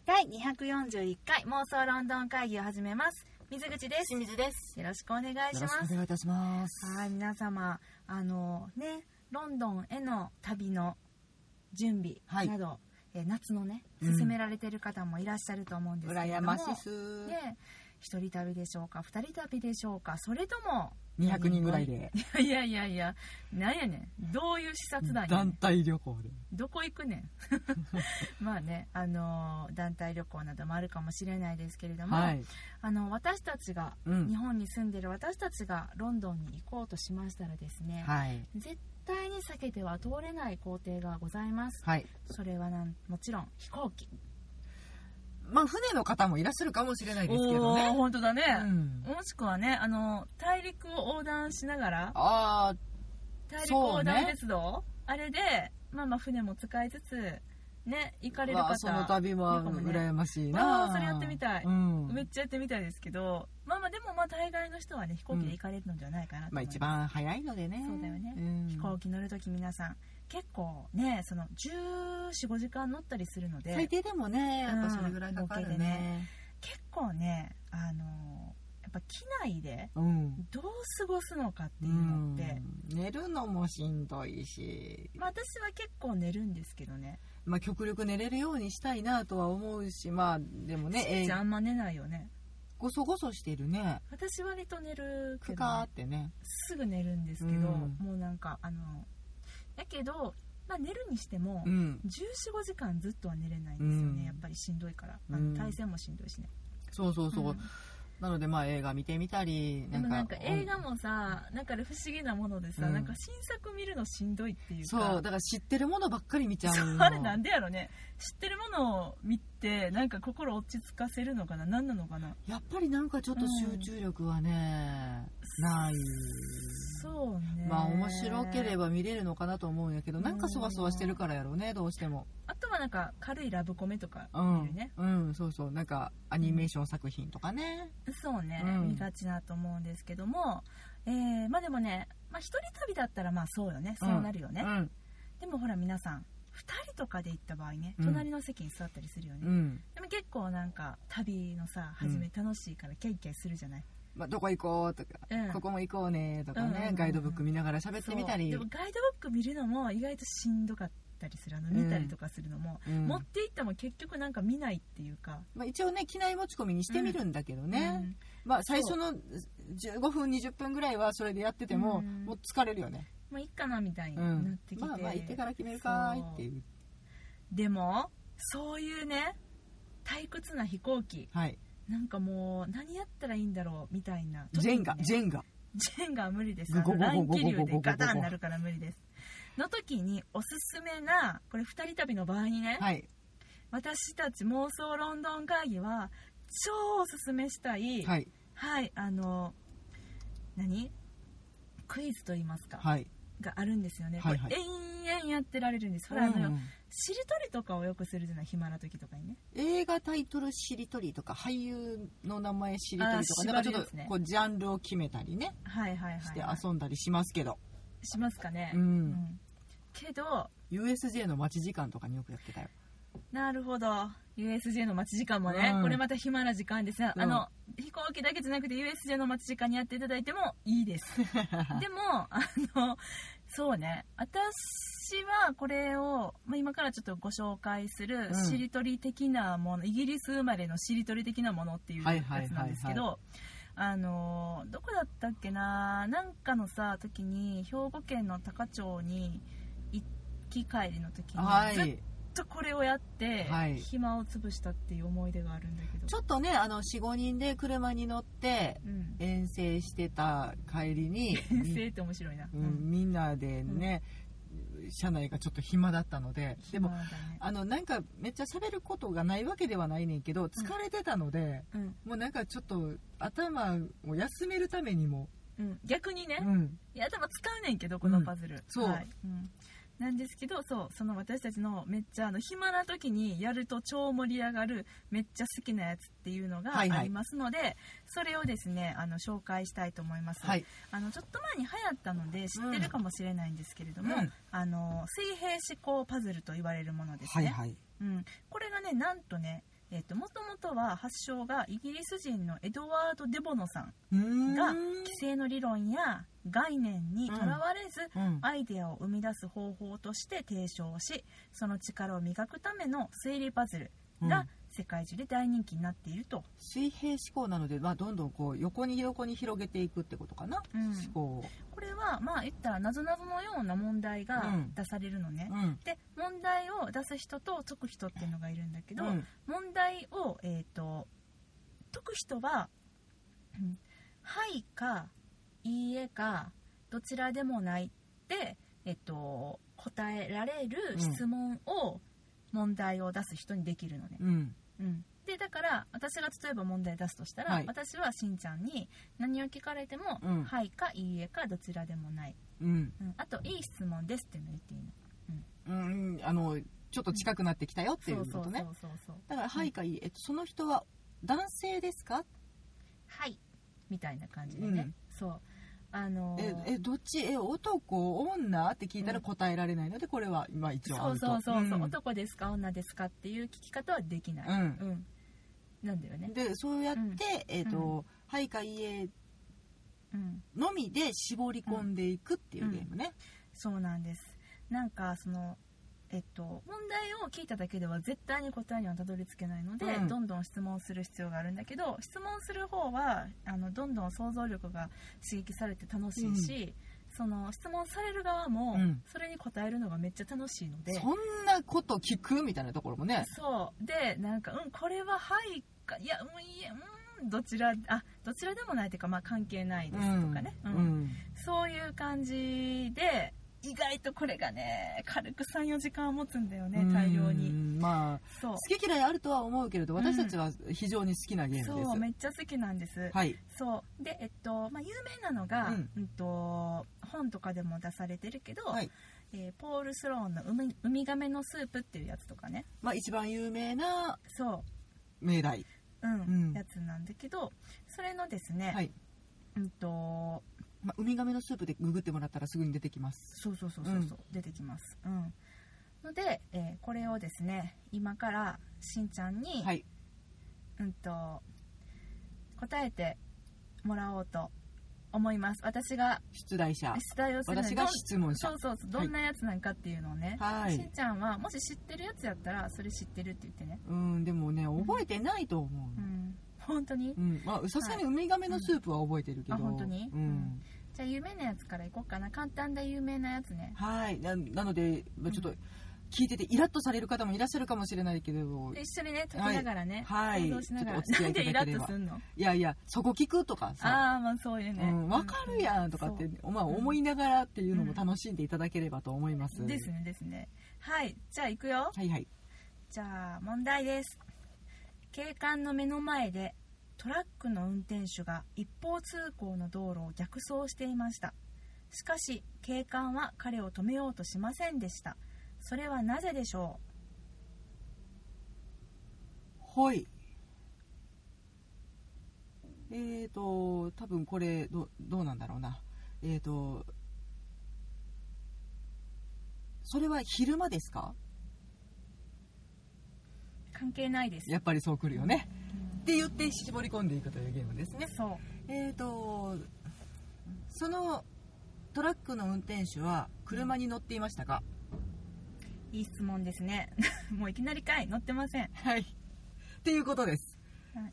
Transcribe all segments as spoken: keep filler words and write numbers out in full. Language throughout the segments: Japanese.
だいにひゃくよんじゅういっかい妄想ロンドン会議を始めます。水口です。 清水です。 よろしくお願いします。 よろしくお願いいたします。 はい、皆様あのねロンドンへの旅の準備など、はい、え夏のね進められている方もいらっしゃると思うんですけれども、 羨ましいっすね、一人旅でしょうか、二人旅でしょうか、それともにひゃくにんぐらいで。 いやいやいや、なんやねん、どういう視察団やねん、 団体旅行でどこ行くねんまあね、あの団体旅行などもあるかもしれないですけれども、はい、あの私たちが、うん、日本に住んでいる私たちがロンドンに行こうとしましたらですね、はい、絶対に避けては通れない工程がございます、はい、それはなんもちろん飛行機。 まあ、船の方もいらっしゃるかもしれないですけどね。 本当だね、うん、もしくはね、あの大陸を横断しながら、 あ大陸横断鉄道、ね、あれで、まあ、まあ船も使いつつね行かれる方、 その旅も羨ましいな。 あ、それやってみたい、うん、めっちゃやってみたいですけど、まあまあでもまあ大概の人はね飛行機で行かれるのじゃないかなと思います、 うん、まあ一番早いのでね。 そうだよね、 うん、 飛行機乗るとき皆さん結構ねそのじゅうよん、ごじかん乗ったりするので、 最低でもねやっぱそれぐらいかかるね、うん、ね結構ねあのやっぱ機内でどう過ごすのかっていうのって、 うん、寝るのもしんどいし、 まあ、私は結構寝るんですけどね、 まあ、極力寝れるようにしたいなとは思うし、まあでもね、 しんちゃんあんま寝ないよね。 ごそごそしてるね。 私割と寝るけど、ね、 ふかーってねすぐ寝るんですけど、うん、もうなんかあのだけど、まあ、寝るにしても、うん、じゅうよん、ごじかんずっとは寝れないんですよね、うん、やっぱりしんどいから、あの体勢もしんどいしね、 そうそうそう、うん、なのでまあ映画見てみたり、 でもなんか映画もさ、なんか不思議なものでさ、うん、なんか新作見るのしんどいっていうか、 そうだから知ってるものばっかり見ちゃうの。 あれなんでやろね、知ってるものを見てなんか心落ち着かせるのかな、何なのかな。 やっぱりなんかちょっと集中力はね、うん、ない。 そうね、 まあ面白ければ見れるのかなと思うんやけど、なんかそわそわしてるからやろうね、どうしても。 あとはなんか軽いラブコメとか見るね、 うん、うん、そうそう、なんかアニメーション作品とかね、 うん、そうね、うん、見がちなと思うんですけども、えー、まあでもね、まあ、一人旅だったらまあそうよね、そうなるよね、うん、でもほら皆さんふたりとかで行った場合ね、隣の席に座ったりするよね、うん、でも結構なんか旅のさ初め楽しいからキャイキャイするじゃない、 まあ、どこ行こうとか、うん、ここも行こうねとかね、うんうんうん、ガイドブック見ながら喋ってみたり。 でもガイドブック見るのも意外としんどかったりする、あの見たりとかするのも、うん、持って行っても結局なんか見ないっていうか、 まあ、一応ね機内持ち込みにしてみるんだけどね、うん、まあ、最初のじゅうごふんにじゅっぷんぐらいはそれでやってても、うん、もう疲れるよね。 まあいいかなみたいになってきて、うん、 まあまあ行ってから決めるかーいっていう。 でもそういうね退屈な飛行機、はい、なんかもう何やったらいいんだろうみたいな、ね、 ジェンガジェンガジェンガは無理です。あの乱気流でガタンになるから無理ですの時におすすめな、これふたり旅の場合にね、はい、私たち妄想ロンドン会議は超おすすめしたい、はい、はい、あの何クイズと言いますか、はい、があるんですよね、はいはい、これ延々やってられるんです。ほら、うんうん、あのしりとりとかをよくするじゃない、暇な時とかにね。 映画タイトルしりとりとか俳優の名前しりとりとか、なんかちょっとこうジャンルを決めたりね、はいはいはいはい、して遊んだりしますけど、 しますかね、うんうん、けどユーエスジェー の待ち時間とかによくやってたよ。 なるほど、 ユーエスジェー の待ち時間もね、うん、これまた暇な時間ですが、あの飛行機だけじゃなくて ユーエスジェー の待ち時間にやっていただいてもいいですでもあのそうね、私はこれを、まあ、今からちょっとご紹介するしりとり的なもの、うん、イギリス生まれのしりとり的なものっていうやつなんですけど、はいはいはいはい、あのどこだったっけな、なんかのさ時に兵庫県の高町に行き帰りの時に、はい、ずっとこれをやって、はい、暇を潰したっていう思い出があるんだけど、 ちょっとね、あの よん,ご 人で車に乗って遠征してた帰りに、 うん、遠征って面白いな、 うん、みんなでね、うん、車内がちょっと暇だったので、でも、ね、あのなんかめっちゃ喋ることがないわけではないねんけど、疲れてたので、うん、もうなんかちょっと頭を休めるためにも、 うん、逆にね、うん、いや頭使うねんけどこのパズル、うん、 そう、 はい、うん、なんですけど、そうその私たちのめっちゃあの暇な時にやると超盛り上がるめっちゃ好きなやつっていうのがありますので、はいはい、それをですねあの紹介したいと思います、はい、あのちょっと前に流行ったので知ってるかもしれないんですけれども、うん、あの水平思考パズルと言われるものですね、はいはい、うん、これがねなんとねえっと、もともとは発祥がイギリス人のエドワード・デボノさんが規制の理論や概念にとらわれず、うん、アイデアを生み出す方法として提唱し、その力を磨くための推理パズルが世界中で大人気になっていると、うん、 水平思考なので、まあ、どんどんこう横に横に広げていくってことかな、うん、思考を。 これはまあ言ったらなぞなぞのような問題が出されるのね、うん、で問題を出す人と解く人っていうのがいるんだけど、うん、問題を、えーと、解く人は、うん、はいかいいえかどちらでもないって、えーと、答えられる質問を問題を出す人にできるのね、うんうん、でだから私が例えば問題出すとしたら、はい、私はしんちゃんに何を聞かれても、うん、はいかいいえかどちらでもない、うんうん、あといい質問ですっていうのを言っていいの、 うんうん、あのちょっと近くなってきたよっていうことね。だからはいかいいえ、うん、その人は男性ですか、 はいみたいな感じでね、うん、そうあのー、 ええどっちえ男女って聞いたら答えられないので、うん、これは今一応アウト。 そうそうそうそう、うん、男ですか女ですかっていう聞き方はできない、うんうん、なんだよね。 でそうやって、うん、えーとうん、はいかいいえのみで絞り込んでいくっていうゲームね、うんうん、 そうなんです。なんかそのえっと、問題を聞いただけでは絶対に答えにはたどり着けないので、うん、どんどん質問する必要があるんだけど、質問する方はあのどんどん想像力が刺激されて楽しいし、うん、その質問される側もそれに答えるのがめっちゃ楽しいので、 そんなこと聞くみたいなところもね。 そうでなんか、うん、これははいかいやうんいえうんどちらあどちらでもないというか、まあ、関係ないですとかね、うんうん、そういう感じで意外とこれがね軽く さんよじかん持つんだよね、大量に。 まあそう好き嫌いあるとは思うけれど、私たちは非常に好きなゲームです、うん、 そうめっちゃ好きなんです、はい、そうで、えっとまあ、有名なのが、うんうんと本とかでも出されてるけど、はいえー、ポール・スローンの海「ウミガメのスープ」っていうやつとかね、 まあ、一番有名なそう命題、 うんうん、やつなんだけど、それのですね、はいうんとまあ、ウミガメのスープでググってもらったらすぐに出てきます。 そうそうそうそう、うん、出てきます、うん、ので、えー、これをですね今からしんちゃんに、はいうんと答えてもらおうと思います。私が出題者出題をするので私が質問者、 そうそうそうどんなやつなんかっていうのをね、はい、しんちゃんはもし知ってるやつやったらそれ知ってるって言ってね。 うんでもね覚えてないと思う、うんうん本当に、 うんまあ、さすがにウミガメのスープは覚えてるけど、 うん、あ本当に、うん、じゃあ有名なやつからいこうかな。簡単で有名なやつね。 はいな, なので、まあ、ちょっと聞いててイラッとされる方もいらっしゃるかもしれないけど、 一緒にね解きながらね、 はい、はい、 しながらちょっとお付き合いいただければ。なんでイラッとすんの。 いやいやそこ聞くとかさあまあそういうね、 うん、分かるやんとかって、うんまあ、思いながらっていうのも楽しんでいただければと思います、うん、 ですねですね。はいじゃあ行くよ。 はいはいじゃあ問題です。警官の目の前でトラックの運転手が一方通行の道路を逆走していました。しかし警官は彼を止めようとしませんでした。それはなぜでしょう。はい。えーと多分これ ど, どうなんだろうな。えーとそれは昼間ですか。 関係ないです。 やっぱりそうくるよね、うん、って言って絞り込んでいくというゲームですね。 そうえーとそのトラックの運転手は車に乗っていましたか。 いい質問ですねもういきなりかい乗ってません。 はいっていうことです、はい、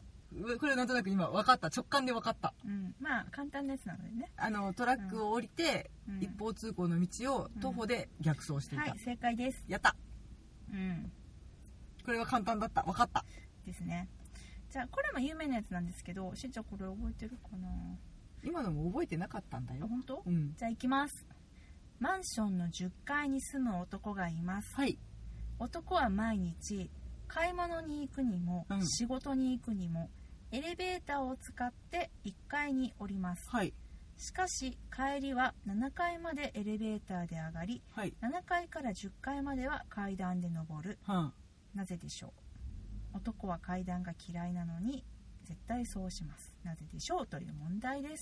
これなんとなく今分かった。直感で分かった、 うん、まあ簡単なやつなのでね。 あのトラックを降りて、うん、一方通行の道を徒歩で逆走していた、 うん、はい正解です。 やった、 うん、 これは簡単だった。分かったですね。じゃあこれも有名なやつなんですけど、しんちゃんこれ覚えてるかな。 今のも覚えてなかったんだよ。 本当、 うん、 じゃあ行きます。マンションのじゅっかいに住む男がいます、 はい、 男は毎日買い物に行くにも、うん、仕事に行くにもエレベーターを使っていっかいに降ります、 はい、 しかし帰りはななかいまでエレベーターで上がり、はい、ななかいからじゅっかいまでは階段で上る、うん、なぜでしょう。男は階段が嫌いなのに絶対そうします。なぜでしょうという問題です。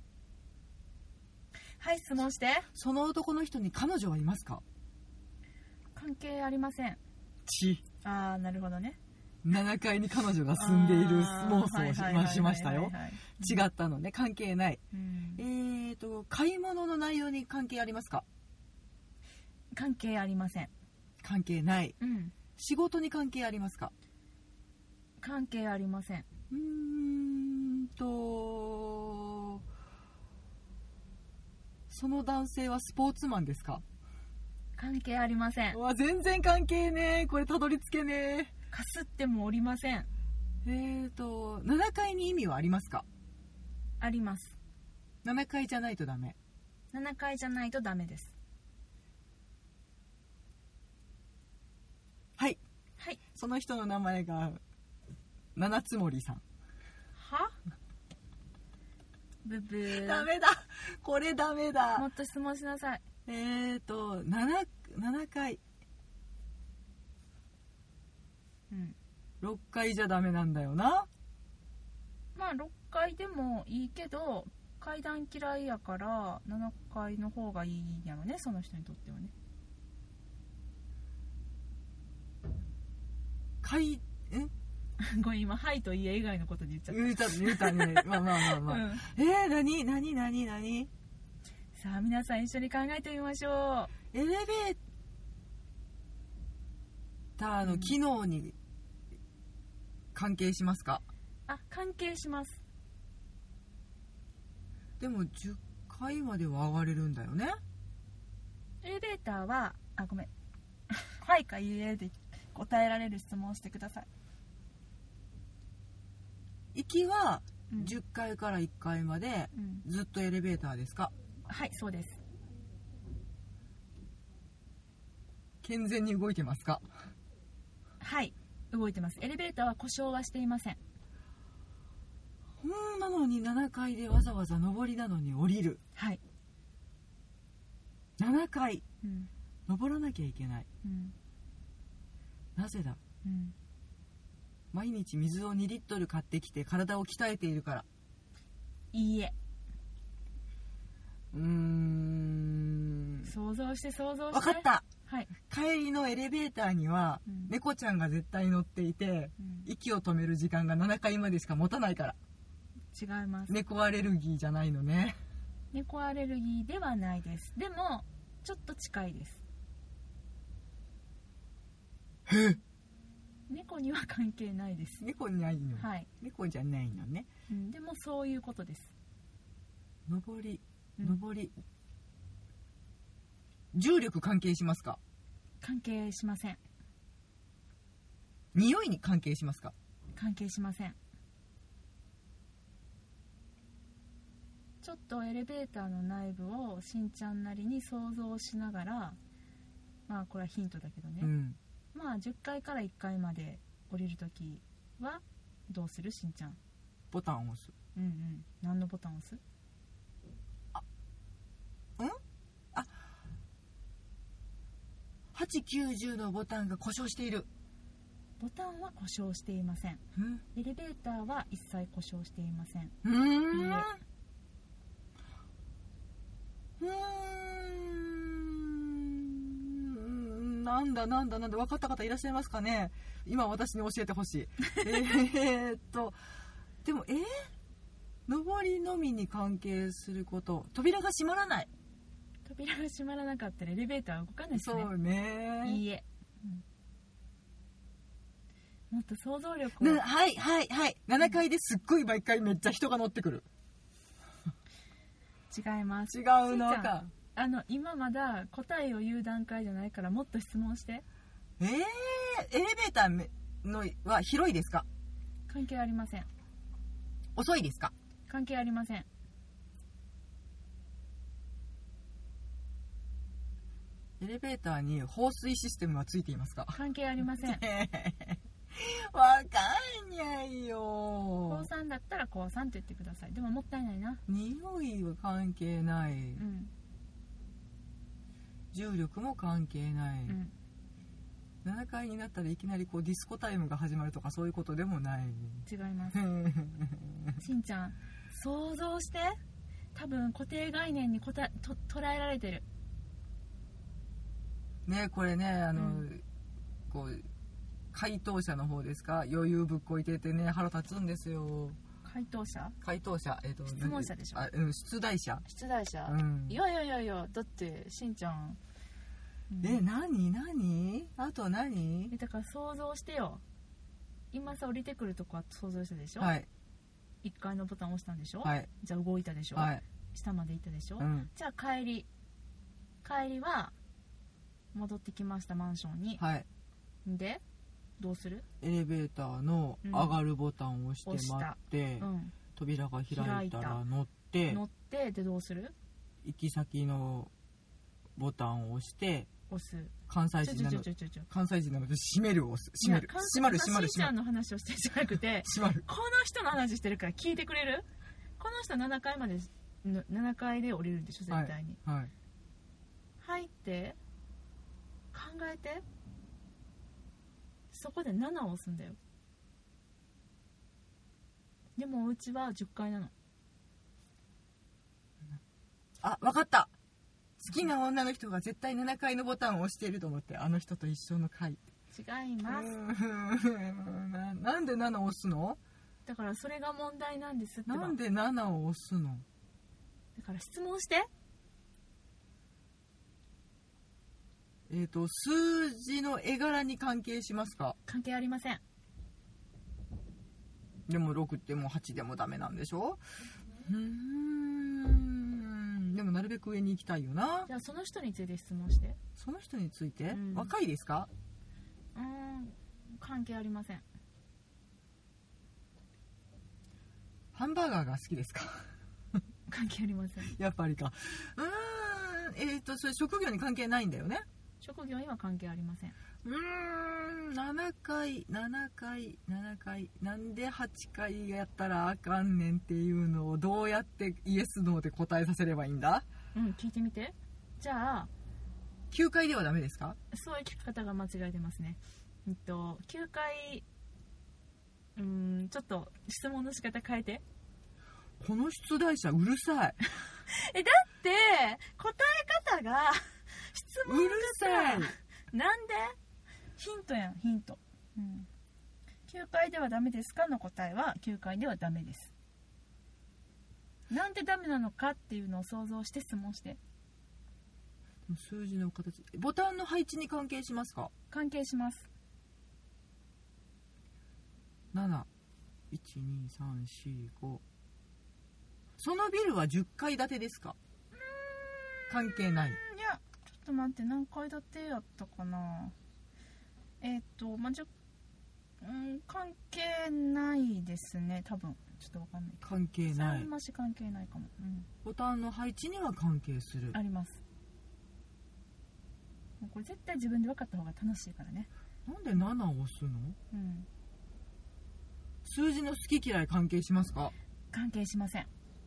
はい質問して。 その男の人に彼女はいますか。 関係ありません。 ちああ、なるほどね。 ななかいに彼女が住んでいる妄想をしましましたよ。違ったのね。関係ない、うん、えーと買い物の内容に関係ありますか？ 関係ありません。 関係ない、 うん、 仕事に関係ありますか？ 関係ありません。 うーんとその男性はスポーツマンですか？ 関係ありません。 うわ、全然関係ねえ。これたどり着けねえ。 かすってもおりません。 えーとななかいに意味はありますか？ あります。 ななかいじゃないとダメ。 ななかいじゃないとダメです。 はい、 はい、 その人の名前が七つ森さん。 は？ブブー。 ダメだ、これダメだ。 もっと質問しなさい。 えーと 7, 7回、 うん、 ろっかいじゃダメなんだよな。 まあろっかいでもいいけど階段嫌いやからななかいの方がいいんやろね、その人にとってはね。 階んごめん、今はいと家以外のことで言っちゃった。 言うた言うたね。まあまあまあまあ、うん、えー、何何何何さあ皆さん一緒に考えてみましょう。エレベーターの機能に関係しますか？ うん、あ、関係します。 でもじゅっかいまでは上がれるんだよね。 エレベーターは、あ、ごめんはいかいいえで答えられる質問をしてください。 行きはじゅっかいからいっかいまでずっとエレベーターですか？ うん、はい、そうです。 健全に動いてますか？ はい、動いてます。エレベーターは故障はしていません。 うん、なのにななかいでわざわざ上りなのに降りる。 はい、 ななかい、 うん、 登らなきゃいけない、 うん、 なぜだ、 うん、 毎日水をにリットル買ってきて体を鍛えているから。 いいえ。 うーん、 想像して想像して。 分かった、 はい、 帰りのエレベーターには、うん、猫ちゃんが絶対乗っていて、うん、息を止める時間がななかいまでしか持たないから。 違います。 猫アレルギーじゃないのね。 猫アレルギーではないです。でもちょっと近いです。 え、 猫には関係ないです。 猫にないの、 はい、 猫じゃないのね、 うん、でもそういうことです。 上り上り、うん、重力関係しますか？ 関係しません。 匂いに関係しますか？ 関係しません。ちょっとエレベーターの内部をしんちゃんなりに想像しながら、まあこれはヒントだけどね、うん、まあじゅっかいからいっかいまで降りるときはどうする？しんちゃん。 ボタンを押す。 うんうん。何のボタンを押す？ あ、ん？あ、はち、きゅう、じゅうのボタンが故障している。 ボタンは故障していません。エレベーターは一切故障していません。 うーん、うーん、なんだなんだなんだ、分かった方いらっしゃいますかね？今私に教えてほしい。えーっとでもえー、上りのみに関係すること。扉が閉まらない。 扉が閉まらなかったらエレベーターは動かないですね。 そうね。 いいえ、うん、もっと想像力を。 はいはいはい。ななかいですっごい毎回めっちゃ人が乗ってくる。 違います。 違うのか。 あの今まだ答えを言う段階じゃないからもっと質問して。 えー、エレベーターのは広いですか？ 関係ありません。 遅いですか？ 関係ありません。 エレベーターに放水システムはついていますか？ 関係ありません。 わかんないよ。 高さんだったら高さんと言ってください。でももったいないな。 匂いは関係ない、うん、重力も関係ない、うん、ななかいになったらいきなりこうディスコタイムが始まるとかそういうことでもない。 違いますしんちゃん想像して。多分固定概念にこたと捉えられてる。 ねこれねあの、 うん、 こう回答者の方ですか、余裕ぶっこいててね腹立つんですよ。 回答者回答者、えー、と質問者でしょ。 あ、うん、出題者出題者、 うん、 いやいやいやいやだってしんちゃん、 うん、え何何あと何だから想像してよ。今さ降りてくるとこは想像したでしょ。 はい。 いっかいのボタンを押したんでしょ。 はい。 じゃあ動いたでしょ。 はい。 下まで行ったでしょ、 うん、 じゃあ帰り帰りは戻ってきましたマンションに。 はい。 でどうする？ エレベーターの上がるボタンを押して待って、 うん、 扉が開いたら乗って乗ってでどうする？ 行き先のボタンを押して押す。 関西人なの関西人なので閉めるを押す。閉める閉まる閉まる閉まる。 しんちゃんの話をしてるじゃなくて閉まる。 この人の話してるから聞いてくれる？この人ななかいまでななかいで降りるんでしょ絶対に。 はい、はい、 入って考えてそこでななを押すんだよ。でもお家はじゅっかいなの。 あ、わかった。好きな女の人が絶対ななかいのボタンを押していると思って、あの人と一緒の回。 違います。 な, なんでななを押すの？ だからそれが問題なんですってば。 なんでななを押すの？ だから質問して。 えっと数字の絵柄に関係しますか？ 関係ありません。 でもろくでもはちでもダメなんでしょ？うーん、でもなるべく上に行きたいよな。 じゃあその人について質問して。 その人について、 うん、 若いですか？ うーん、関係ありません。 ハンバーガーが好きですか？ 関係ありません。 やっぱりか。うーん、えっとそれ職業に関係ないんだよね。 職業には関係ありません。 うーん、ななかいななかいななかいなんではちかいやったらあかんねんっていうのをどうやってイエスノーで答えさせればいいんだ？ うん、聞いてみて。じゃあきゅうかいではダメですか？ そういう聞き方が間違えてますね。えっときゅうかい、うーん、ちょっと質問の仕方変えて。 この出題者うるさい。 えだって答え方が質問がうるさい。 なんで？ヒントやんヒント、うん、きゅうかいではダメですかの答えはきゅうかいではダメです。なんでダメなのかっていうのを想像して質問して。 数字の形、ボタンの配置に関係しますか？ 関係します。 なな、いち、に、さん、よん、ご。そのビルはじゅっかい建てですか？ うーん、 関係ない。いやちょっと待って、何階建てやったかな。えっ、ー、とまあ、じゅうん、関係ないですね多分。ちょっとわかんない。 関係ない。 さん増し関係ないかも、うん、 ボタンの配置には関係する。 あります。もうこれ絶対自分で分かった方が楽しいからね。 なんでななを押すの？ うん、 数字の好き嫌い関係しますか？ 関係しません。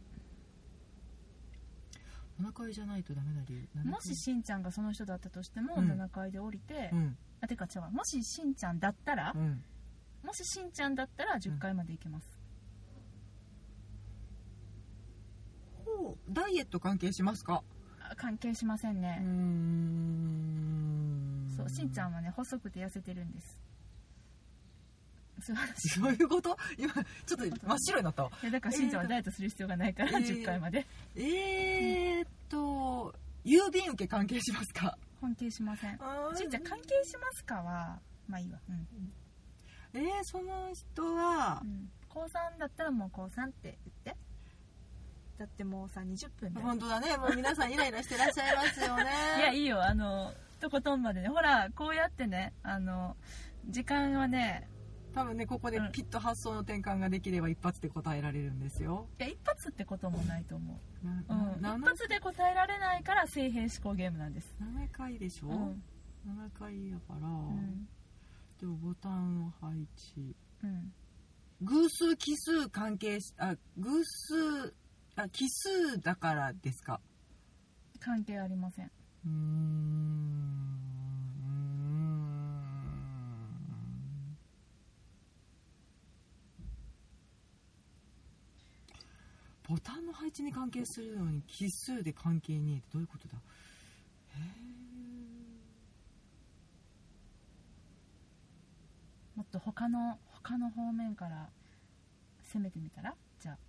ななかいじゃないとダメな理由。 もししんちゃんがその人だったとしても、うん、ななかいで降りて、うん、あてか違う、もししんちゃんだったら、うん、もししんちゃんだったらじゅっかいまで行けます、 うん、ほう。ダイエット関係しますか？ 関係しませんね。 うーん、 そうしんちゃんはね細くて痩せてるんです。 そういうこと？今ちょっと真っ白になったわ。 いやだからしんちゃんはダイエットする必要がないから、えー、じゅっかいまで。 えー、っと郵便受け関係しますか？ 関係しません。しんちゃん関係しますかはまあいいわ、うん、 えー、その人は、 うん、こうさんだったらもうこうさんって言って。だってもうさにじゅっぷんだよ。 本当だね。もう皆さんイライラしてらっしゃいますよね。 いやいいよ、あのとことんまでね。ほらこうやってね、あの時間はね多分ねここでピッと発想の転換ができれば一発で答えられるんですよ。 いや一発ってこともないと思う、うん、一発で答えられないから正平思考ゲームなんです。 ななかいでしょ、うん、ななかいやから、うん、でもボタンの配置、うん、偶数奇数関係しあ偶数あ奇数だからですか？ 関係ありません。 うーんボタンの配置に関係するのに奇数で関係ねえってどういうことだ？へと他の他の方面から攻めてみたら。じゃあ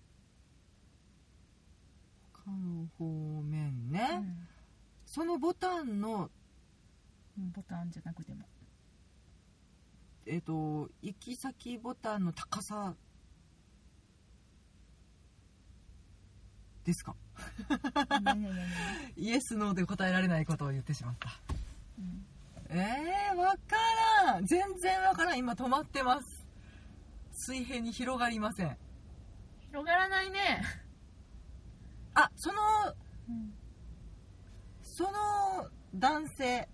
他の方面ね、うん、そのボタンのボタンじゃなくてもえっと行き先ボタンの高さですか？イエスノーで答えられないことを言ってしまった、うん、えー、分からん、全然分からん。今止まってます。水平に広がりません。 広がらないね。 あ、その、うん、その男性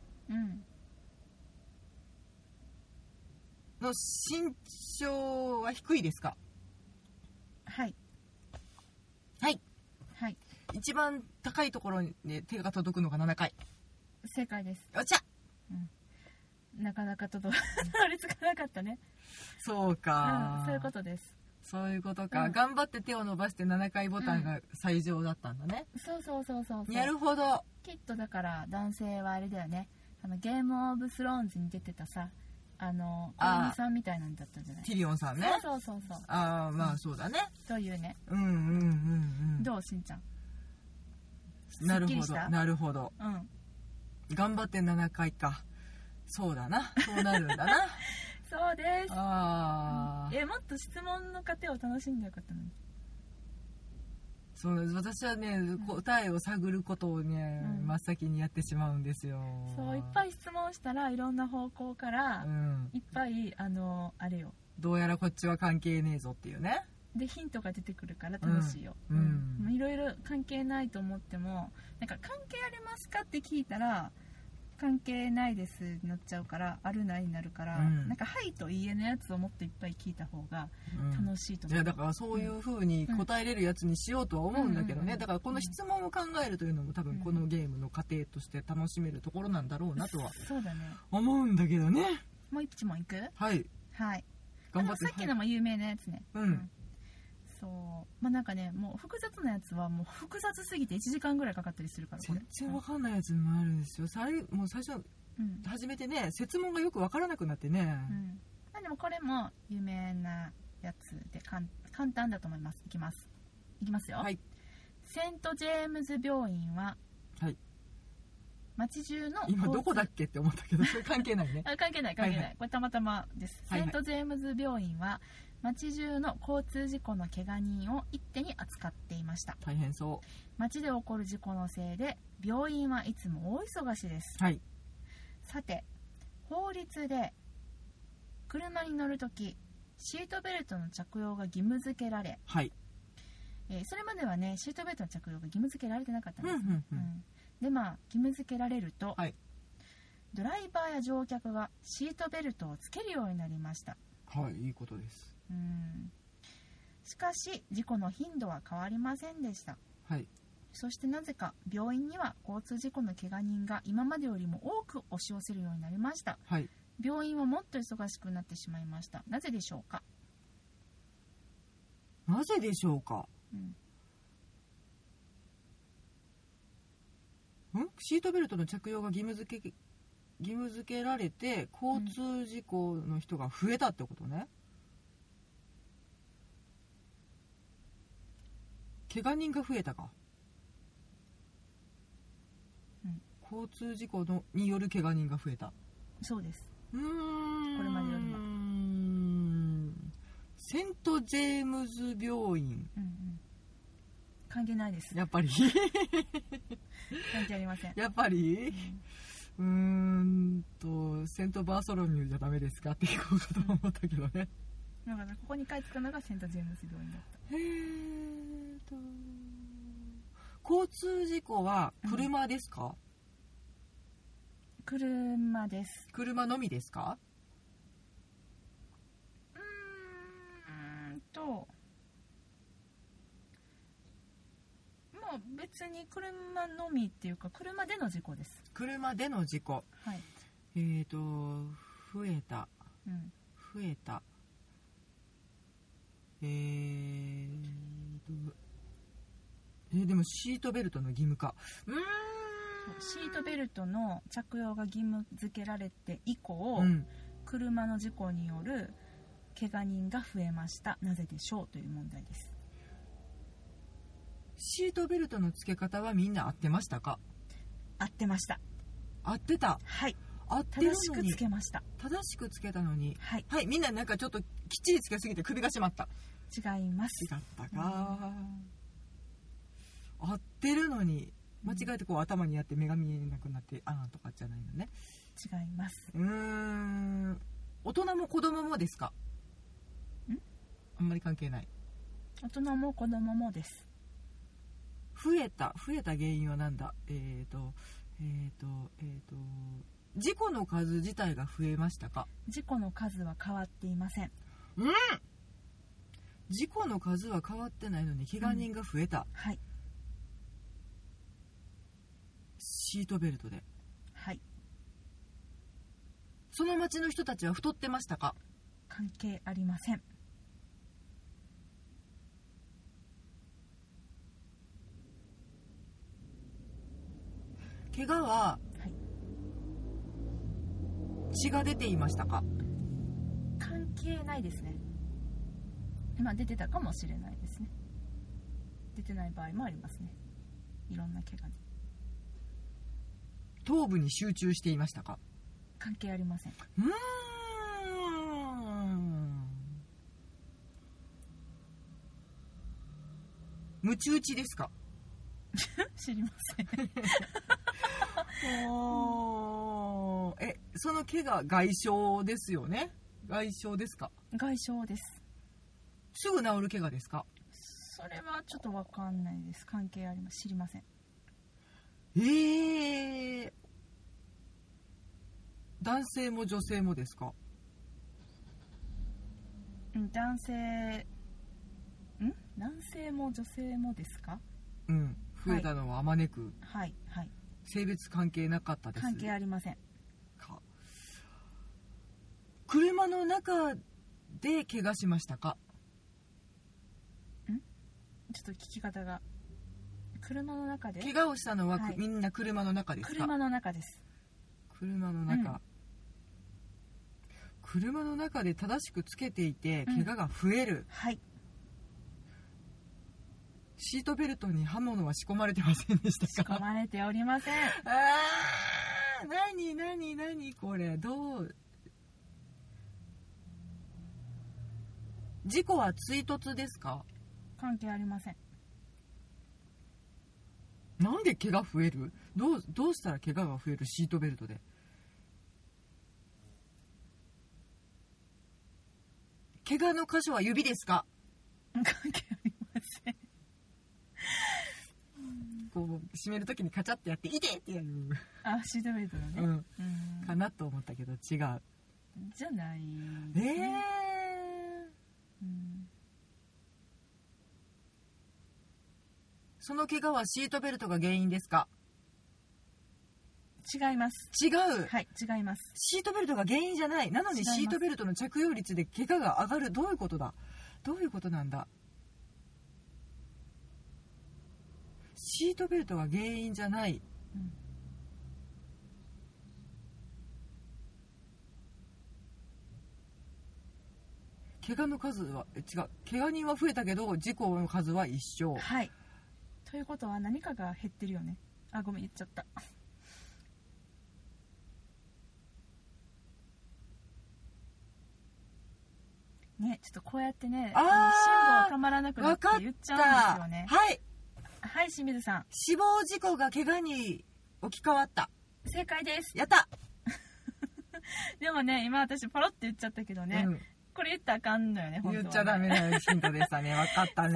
の身長は低いですか？ はいはいはい。 一番高いところに、ね、手が届くのがななかい。 正解です。 おっしゃ、 うん、なかなか届かりつかなかったね。 そうか、 うん、そういうことです。 そういうことか、うん、頑張って手を伸ばしてななかいボタンが最上だったんだね、 うん、そうそうそうそうそう。 なるほど。 きっとだから男性はあれだよね、あのゲームオブスローンズに出てたさ、あのお兄さんみたいなんだったんじゃない？ ティリオンさんね。 そうそうそうそう。 ああ、まあそうだね、 うん、というね。 うんうんうんうん。 どうしんちゃん？ なるほどなるほど、 うん、 頑張ってななかいか。そうだな、そうなるんだな。 そうです。 あ、 うん、えもっと質問の過程を楽しんでよかったのに。 そうです。私はね、うん、答えを探ることをね、うん、真っ先にやってしまうんですよ。 そう、いっぱい質問したらいろんな方向から、うん、いっぱいあのあれよ、 どうやらこっちは関係ねえぞっていうね。 でヒントが出てくるから楽しいよ。いろいろ関係ないと思っても、なんか関係ありますかって聞いたら関係ないですになっちゃうから、あるないになるから、うん、なんかはいといいえのやつをもっといっぱい聞いた方が楽しいと思う、 うん、いやだからそういう風に答えれるやつにしようとは思うんだけどね、だからこの質問を考えるというのも多分このゲームの過程として楽しめるところなんだろうなとは思うんだけどね。 もう一問いく？ はいはい頑張って。 さっきのも有名なやつね。 うん、うんそうまあなんかね、もう複雑なやつはもう複雑すぎていちじかんぐらいかかったりするから、これ全然わかんないやつもあるんですよ。最もう最初、うん、初めてね設問がよくわからなくなってね、うん、 まあ、でもこれも有名なやつでかん簡単だと思います。いきますいきますよ、 はい、 セント・ジェームズ病院は、 はい、 街中の今どこだっけって思ったけどそれ関係ないね。 あ関係ない関係ない、はいはい、これたまたまです、はいはい、セント・ジェームズ病院は街中の交通事故の怪我人を一手に扱っていました。 大変そう。 街で起こる事故のせいで病院はいつも大忙しです、 はい、 さて法律で車に乗るときシートベルトの着用が義務付けられ、 はい、 えー、それまではねシートベルトの着用が義務付けられてなかったんです、 うんうんうんうん、 でまあ義務付けられると、 はい、 ドライバーや乗客がシートベルトをつけるようになりました。 はい、いいことです。 うん、しかし事故の頻度は変わりませんでした、 はい、 そしてなぜか病院には交通事故の怪我人が今までよりも多く押し寄せるようになりました、 はい、 病院はもっと忙しくなってしまいました。なぜでしょうか？ なぜでしょうか、うん、んシートベルトの着用が義務付け義務付けられて交通事故の人が増えたってことね、うん、怪我人が増えたか、うん、交通事故のによる怪我人が増えた。 そうです。 うーんこれまでよりもセント・ジェームズ病院、 うんうん、関係ないです。 やっぱり関係ありません。 やっぱり、うん、うーんとセント・バーソロミューじゃダメですかって聞こうかと思ったけどね、 うん、だからここに書いてたのがセント・ジェームズ病院だった。 へーと交通事故は車ですか？うん、 車です。 車のみですか？ うーんともう別に車のみっていうか車での事故です。 車での事故、 はい、 えーと増えた、 うん、 増えたえーとえー、でもシートベルトの義務化、うーんシートベルトの着用が義務付けられて以降、うん、 車の事故による怪我人が増えました。なぜでしょうという問題です。 シートベルトの付け方はみんな合ってましたか？ 合ってました。 合ってた。 はい。 合ってるのに正しくつけました。 正しくつけたのに、 はい、 はい、みんななんかちょっときっちりつけすぎて首が締まった。 違います。 違ったか、うん、合ってるのに間違えてこう頭にやって目が見えなくなってあーとかじゃないのね。 違います。 うーん、大人も子供もですか？んあんまり関係ない。 大人も子供もです。 増えた増えた原因はなんだ。えーとえーとえーと事故の数自体が増えましたか？ 事故の数は変わっていません。 うん、事故の数は変わってないのに怪我人が増えた、うん、 はい。 シートベルトで。 はい。 その町の人たちは太ってましたか？ 関係ありません。 怪我は、はい、血が出ていましたか？ 関係ないですね。まあ出てたかもしれないですね。出てない場合もありますね。いろんな怪我で。 頭部に集中していましたか？ 関係ありません。 うーん、ムチ打ちですか？ 知りません。 おー、え、その怪我外傷ですよね？外傷ですか？ 外傷です。 すぐ治る怪我ですか？ それはちょっと分かんないです。関係あります。知りません。 えー、男性も女性もですか？ 男性ん男性も女性もですか？ うん、増えたのはあまねく、 はいはい、 性別関係なかったです。 関係ありませんか。車の中で怪我しましたか？ んちょっと聞き方が。車の中で怪我をしたのは、はい、みんな車の中ですか？ 車の中です。 車の中、うん、車の中で正しくつけていて怪我が増える、うん、 はい。 シートベルトに刃物は仕込まれてませんでしたか？ 仕込まれておりません。 あー、なになになにこれ、どう。事故は追突ですか？ 関係ありません。 なんで怪我増える？どう、どうしたら怪我が増える？シートベルトで。怪我の箇所は指ですか？ 関係ありません。 こう締めるときにカチャってやって「いて!」ってやる。 あ、シートベルトのね、 うん、うん、かなと思ったけど違うじゃない、 ね。えー、うん、その怪我はシートベルトが原因ですか？ 違います。 違う。 はい、違います。 シートベルトが原因じゃない。なのにシートベルトの着用率で怪我が上がる。どういうことだ？どういうことなんだ？シートベルトが原因じゃない、うん、怪我の数は違う。怪我人は増えたけど事故の数は一緒。 はい。ということは何かが減ってるよね。あ、ごめん言っちゃった。ね、ちょっとこうやってね、あの辛抱たまらなくなって言っちゃうんですよね。 はい。 はい、清水さん。 死亡事故が怪我に置き換わった。 正解です。 やった。 でもね、今私ポロって言っちゃったけどね、うん、これ言ったらあかんのよね、本当はね。 言っちゃダメなヒントでしたね。分かったね。 そう、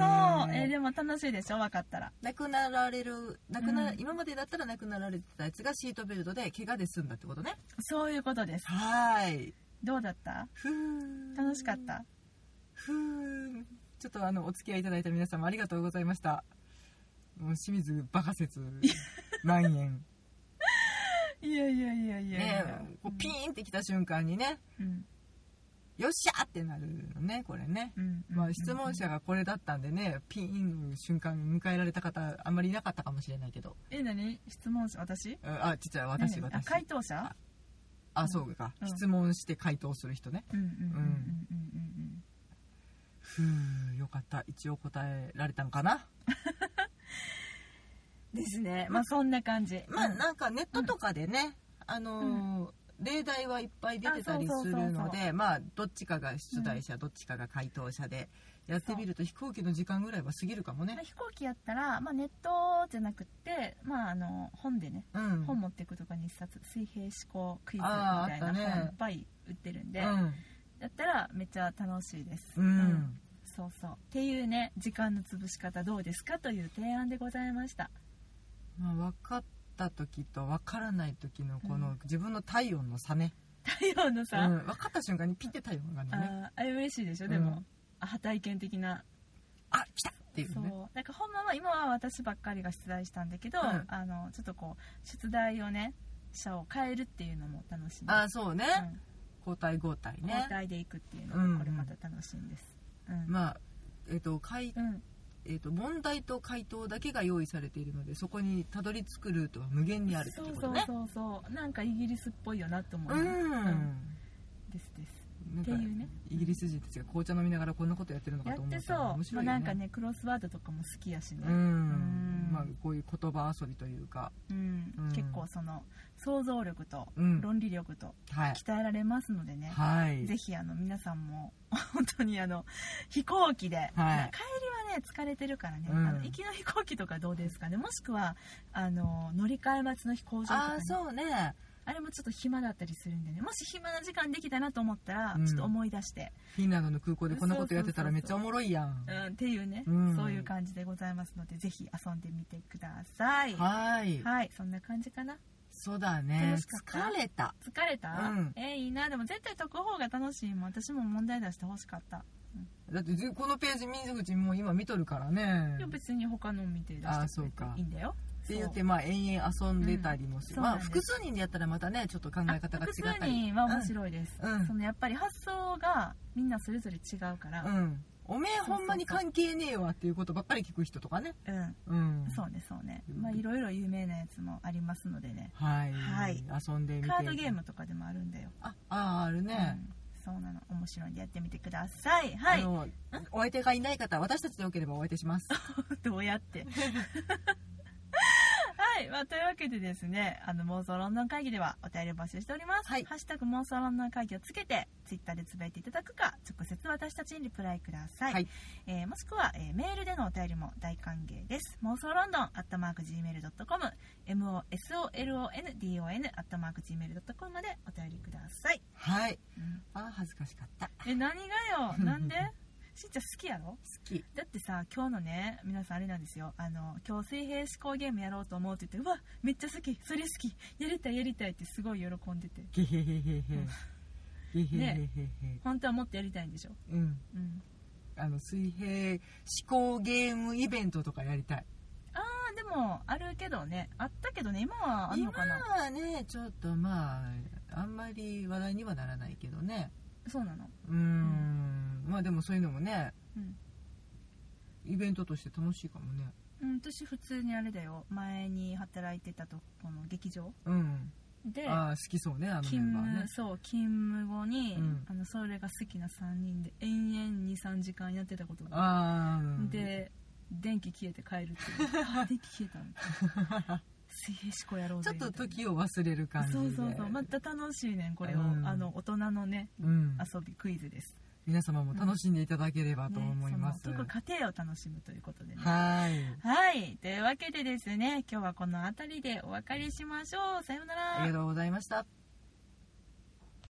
えー、でも楽しいでしょ、分かったら。 亡くなられる、亡くな、うん、今までだったら亡くなられてたやつがシートベルトで怪我で済んだってことね。 そういうことです。 はい。 どうだった？ ふー。 楽しかった？ ふー。ちょっとあのお付き合いいただいた皆様ありがとうございました。もう清水バカ説万円。 いやいやいやいや、 ね、こうピーンってきた瞬間にね、うん、よっしゃってなるのね、これね、うんうん、まあ、質問者がこれだったんでね、ピーンの瞬間迎えられた方あんまりいなかったかもしれないけど。 え、何？質問者、私？ あ、ちっちゃい私、私。 回答者？ あ、そうか、うん、質問して回答する人ね。うんうんうんうんうんうん。ふう、よかった。一応答えられたんかな。 ですね。まあそんな感じ。 まあなんかネットとかでね、うん、あのーうん例題はいっぱい出てたりするので、まあどっちかが出題者、うん、どっちかが回答者でやってみると飛行機の時間ぐらいは過ぎるかもね。 飛行機やったら、まあ、ネットじゃなくって、まあ、あの本でね、うん、本持っていくとかに一冊水平思考クイズみたいな本いっぱい売ってるんで、うん、やったらめっちゃ楽しいです、うんうん、そうそうっていうね時間の潰し方どうですかという提案でございました。 まあ、分かった時と分からない時のこの自分の体温の差ね、 体温の差、うん、 分かった瞬間にピッて体温がね、 ああれ嬉しいでしょ、でも、うん、アハ体験的な、 あ来たっていうね。 そうなんかほんまは今は私ばっかりが出題したんだけど、うん、あのちょっとこう出題をね者を変えるっていうのも楽しい。 あそうね、うん、交代交代ね交代でいくっていうのがこれまた楽しいんです、 うんうん、まあえっ、ー、と回、うんえー、と問題と回答だけが用意されているのでそこにたどり着くルートは無限にあるってことね。 そうそうそうそう、なんかイギリスっぽいよなと思う、うん、うん、ですですっていうね。 イギリス人たちが紅茶飲みながらこんなことやってるのかと思ったら面白いよね。 まあ、なんかねクロスワードとかも好きやしね、 うんうんまあ、こういう言葉遊びというか、 うんうん、結構その想像力と論理力と鍛えられますのでね、はい、ぜひあの皆さんも本当にあの飛行機で、はい、帰りはね疲れてるからね、うん、あの行きの飛行機とかどうですかね。もしくはあの乗り換え待ちの飛行場とか、ね、 あそうねあれもちょっと暇だったりするんでね、もし暇な時間できたなと思ったら、うん、ちょっと思い出してフィンランドの空港でこんなことやってたらめっちゃおもろいやん、 うん、っていうね、うん、そういう感じでございますのでぜひ遊んでみてください。 はいはいそんな感じかな。 そうだね疲れた疲れた、うん、えー、いいな。でも絶対解く方が楽しいもん。私も問題出してほしかった、 うん、だってこのページ水口も今見とるからね。 いや別に他の見て出してくれていいんだよって言ってまあ延々遊んでたりもする、うん、まあ複数人でやったらまたねちょっと考え方が違ったり。 複数人は面白いです、うん、そのやっぱり発想がみんなそれぞれ違うから、うん、 おめえほんまに関係ねえわっていうことばっかり聞く人とかね。うん、 うん、そうねそうね、まあいろいろ有名なやつもありますのでね。 はい、はい、遊んでみて。 カードゲームとかでもあるんだよ。 あああるね、 うん、そうなの面白いんでやってみてください。はい。あのお相手がいない方私たちでよければお相手します。 どうやってはい、まあ、というわけでですね、あの妄想ロンドン会議ではお便り募集しております、はい、ハッシュタグ妄想ロンドン会議をつけてツイッターでつぶやいていただくか直接私たちにリプライください、はいえー、もしくは、えー、メールでのお便りも大歓迎です。妄想ロンドンアットマーク ジーメールドットコム モソロンドン アットマーク ジーメールドットコム までお便りください。 はい、うん、あ恥ずかしかった。 え何がよなんでしんちゃん好きやろ。好きだってさ今日のね皆さんあれなんですよ、あの今日水平思考ゲームやろうと思うって言ってうわめっちゃ好きそれ好きやりたいやりたいってすごい喜んでてゲヘヘヘヘね本当はもっとやりたいんでしょ。うん、うん、 あの水平思考ゲームイベントとかやりたい。 あーでもあるけどねあったけどね今はあんのかな。 今はねちょっとまああんまり話題にはならないけどね。 そうなの。 うーん、うん、まあでもそういうのもね、うん、イベントとして楽しいかもね。 うん、私普通にあれだよ前に働いてたとこの劇場、 うん、であ好きそうねあのメンバーね。 そう勤務後に、うん、あのそれが好きなさんにんで延々 にさんじかんやってたことがあで電気消えて帰るっていう電気消えたの水平思考やろうぜちょっと時を忘れる感じで。 そうそうそうまた楽しいねんこれを、うん、あの大人のね、うん、遊びクイズです。 皆様も楽しんでいただければと思います、 うんね、その家庭を楽しむということでね。 はいはいというわけでですね今日はこの辺りでお別れしましょう。さようなら。 ありがとうございました。